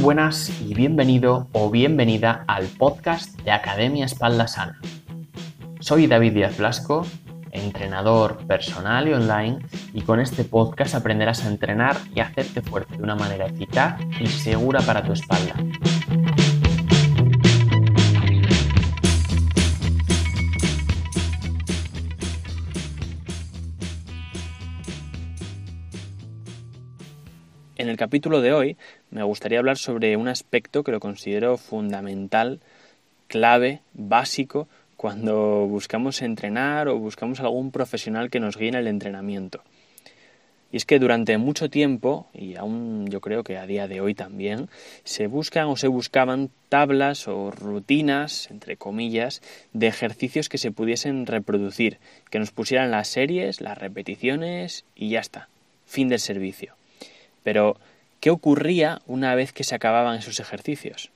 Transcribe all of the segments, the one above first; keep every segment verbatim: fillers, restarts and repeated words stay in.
buenas y bienvenido o bienvenida al podcast de Academia Espalda Sana. Soy David Díaz Blasco, entrenador personal y online, y con este podcast aprenderás a entrenar y a hacerte fuerte de una manera eficaz y segura para tu espalda. En el capítulo de hoy me gustaría hablar sobre un aspecto que lo considero fundamental, clave, básico, cuando buscamos entrenar o buscamos algún profesional que nos guíe en el entrenamiento. Y es que durante mucho tiempo, y aún yo creo que a día de hoy también, se buscan o se buscaban tablas o rutinas, entre comillas, de ejercicios que se pudiesen reproducir, que nos pusieran las series, las repeticiones y ya está, fin del servicio. Pero, ¿qué ocurría una vez que se acababan esos ejercicios?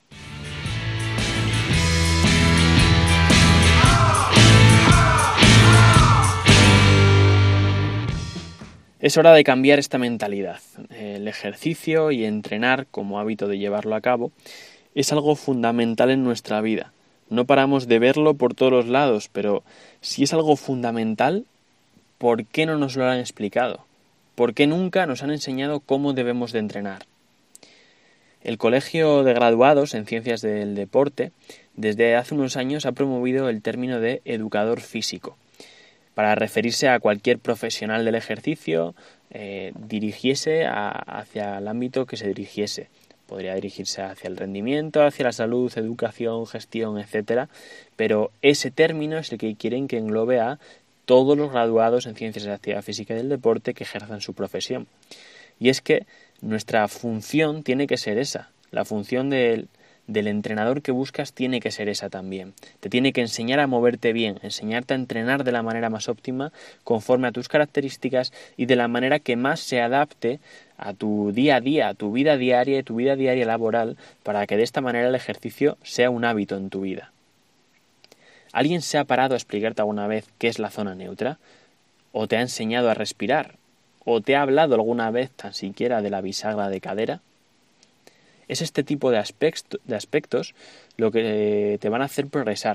Es hora de cambiar esta mentalidad. El ejercicio y entrenar como hábito de llevarlo a cabo es algo fundamental en nuestra vida. No paramos de verlo por todos los lados, pero si es algo fundamental, ¿por qué no nos lo han explicado? ¿Por qué nunca nos han enseñado cómo debemos de entrenar? El Colegio de Graduados en Ciencias del Deporte desde hace unos años ha promovido el término de educador físico para referirse a cualquier profesional del ejercicio, eh, dirigiese a, hacia el ámbito que se dirigiese. Podría dirigirse hacia el rendimiento, hacia la salud, educación, gestión, etcétera. Pero ese término es el que quieren que englobe a todos los graduados en Ciencias de la Actividad Física y del Deporte que ejerzan su profesión. Y es que nuestra función tiene que ser esa, la función del, del entrenador que buscas tiene que ser esa también. Te tiene que enseñar a moverte bien, enseñarte a entrenar de la manera más óptima, conforme a tus características y de la manera que más se adapte a tu día a día, a tu vida diaria y tu vida diaria laboral, para que de esta manera el ejercicio sea un hábito en tu vida. ¿Alguien se ha parado a explicarte alguna vez qué es la zona neutra? ¿O te ha enseñado a respirar? ¿O te ha hablado alguna vez tan siquiera de la bisagra de cadera? Es este tipo de, aspecto, de aspectos lo que te van a hacer progresar.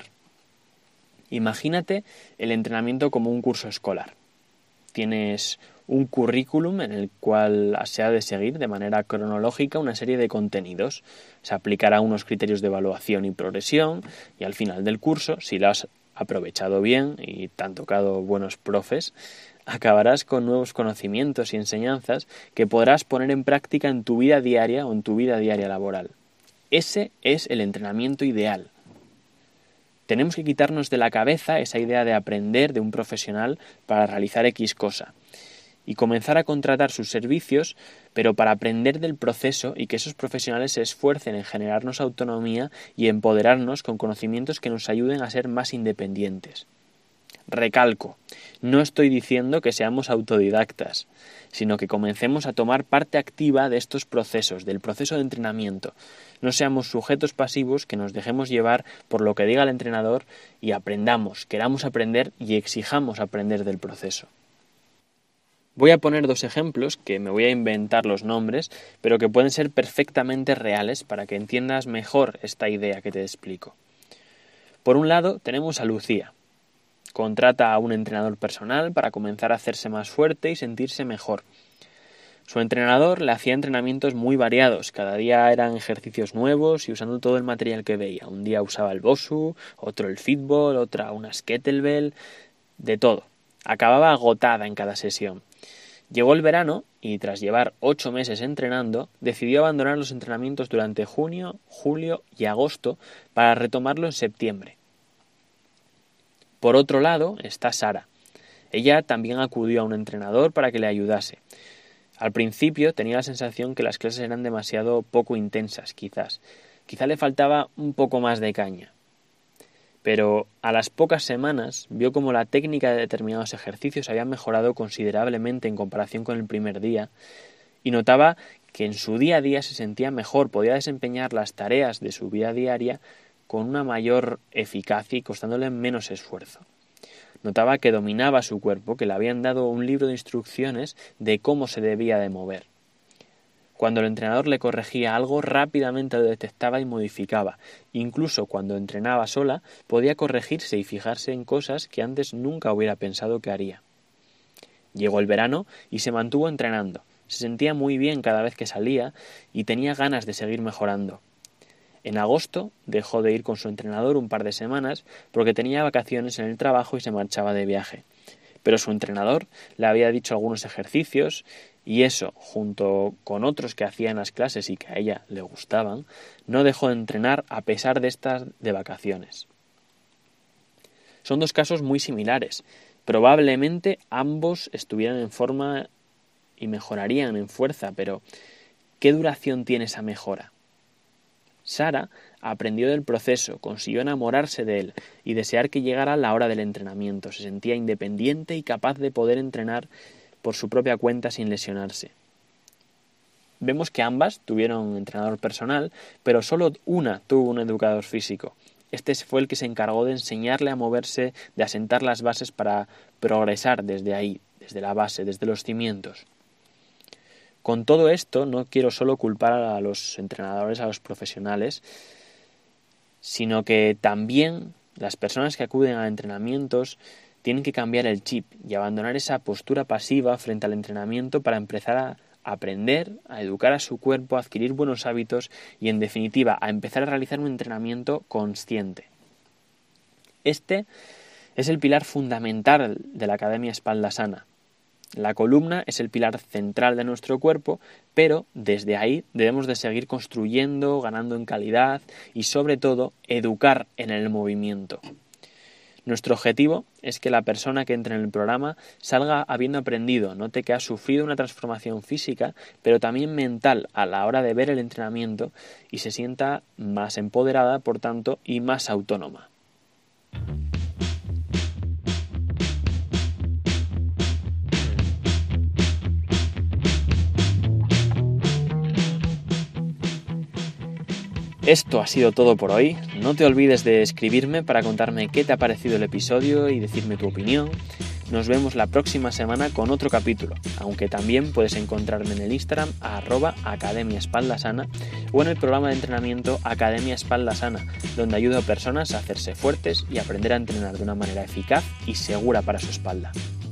Imagínate el entrenamiento como un curso escolar. Tienes un currículum en el cual se ha de seguir de manera cronológica una serie de contenidos. Se aplicará unos criterios de evaluación y progresión y al final del curso, si lo has aprovechado bien y te han tocado buenos profes, acabarás con nuevos conocimientos y enseñanzas que podrás poner en práctica en tu vida diaria o en tu vida diaria laboral. Ese es el entrenamiento ideal. Tenemos que quitarnos de la cabeza esa idea de aprender de un profesional para realizar X cosa y comenzar a contratar sus servicios, pero para aprender del proceso y que esos profesionales se esfuercen en generarnos autonomía y empoderarnos con conocimientos que nos ayuden a ser más independientes. Recalco, no estoy diciendo que seamos autodidactas, sino que comencemos a tomar parte activa de estos procesos, del proceso de entrenamiento. No seamos sujetos pasivos, que nos dejemos llevar por lo que diga el entrenador y aprendamos, queramos aprender y exijamos aprender del proceso. Voy a poner dos ejemplos, que me voy a inventar los nombres, pero que pueden ser perfectamente reales para que entiendas mejor esta idea que te explico. Por un lado, tenemos a Lucía. Contrata a un entrenador personal para comenzar a hacerse más fuerte y sentirse mejor. Su entrenador le hacía entrenamientos muy variados, cada día eran ejercicios nuevos y usando todo el material que veía. Un día usaba el Bosu, otro el Fitball, otra una Kettlebell, de todo. Acababa agotada en cada sesión. Llegó el verano y tras llevar ocho meses entrenando, decidió abandonar los entrenamientos durante junio, julio y agosto para retomarlo en septiembre. Por otro lado está Sara. Ella también acudió a un entrenador para que le ayudase. Al principio tenía la sensación que las clases eran demasiado poco intensas, quizás. Quizá le faltaba un poco más de caña. Pero a las pocas semanas vio como la técnica de determinados ejercicios había mejorado considerablemente en comparación con el primer día y notaba que en su día a día se sentía mejor, podía desempeñar las tareas de su vida diaria con una mayor eficacia y costándole menos esfuerzo. Notaba que dominaba su cuerpo, que le habían dado un libro de instrucciones de cómo se debía de mover. Cuando el entrenador le corregía algo, rápidamente lo detectaba y modificaba. Incluso cuando entrenaba sola, podía corregirse y fijarse en cosas que antes nunca hubiera pensado que haría. Llegó el verano y se mantuvo entrenando. Se sentía muy bien cada vez que salía y tenía ganas de seguir mejorando. En agosto dejó de ir con su entrenador un par de semanas porque tenía vacaciones en el trabajo y se marchaba de viaje. Pero su entrenador le había dicho algunos ejercicios y eso, junto con otros que hacía en las clases y que a ella le gustaban, no dejó de entrenar a pesar de estas de vacaciones. Son dos casos muy similares. Probablemente ambos estuvieran en forma y mejorarían en fuerza, pero ¿qué duración tiene esa mejora? Sara aprendió del proceso, consiguió enamorarse de él y desear que llegara la hora del entrenamiento. Se sentía independiente y capaz de poder entrenar por su propia cuenta sin lesionarse. Vemos que ambas tuvieron un entrenador personal, pero solo una tuvo un educador físico. Este fue el que se encargó de enseñarle a moverse, de asentar las bases para progresar desde ahí, desde la base, desde los cimientos. Con todo esto no quiero solo culpar a los entrenadores, a los profesionales, sino que también las personas que acuden a entrenamientos tienen que cambiar el chip y abandonar esa postura pasiva frente al entrenamiento para empezar a aprender, a educar a su cuerpo, a adquirir buenos hábitos y, en definitiva, a empezar a realizar un entrenamiento consciente. Este es el pilar fundamental de la Academia Espalda Sana. La columna es el pilar central de nuestro cuerpo, pero desde ahí debemos de seguir construyendo, ganando en calidad y, sobre todo, educar en el movimiento. Nuestro objetivo es que la persona que entre en el programa salga habiendo aprendido, note que ha sufrido una transformación física, pero también mental a la hora de ver el entrenamiento y se sienta más empoderada, por tanto, y más autónoma. Esto ha sido todo por hoy. No te olvides de escribirme para contarme qué te ha parecido el episodio y decirme tu opinión. Nos vemos la próxima semana con otro capítulo, aunque también puedes encontrarme en el Instagram a arroba Academia Espalda Sana o en el programa de entrenamiento Academia Espalda Sana, donde ayudo a personas a hacerse fuertes y aprender a entrenar de una manera eficaz y segura para su espalda.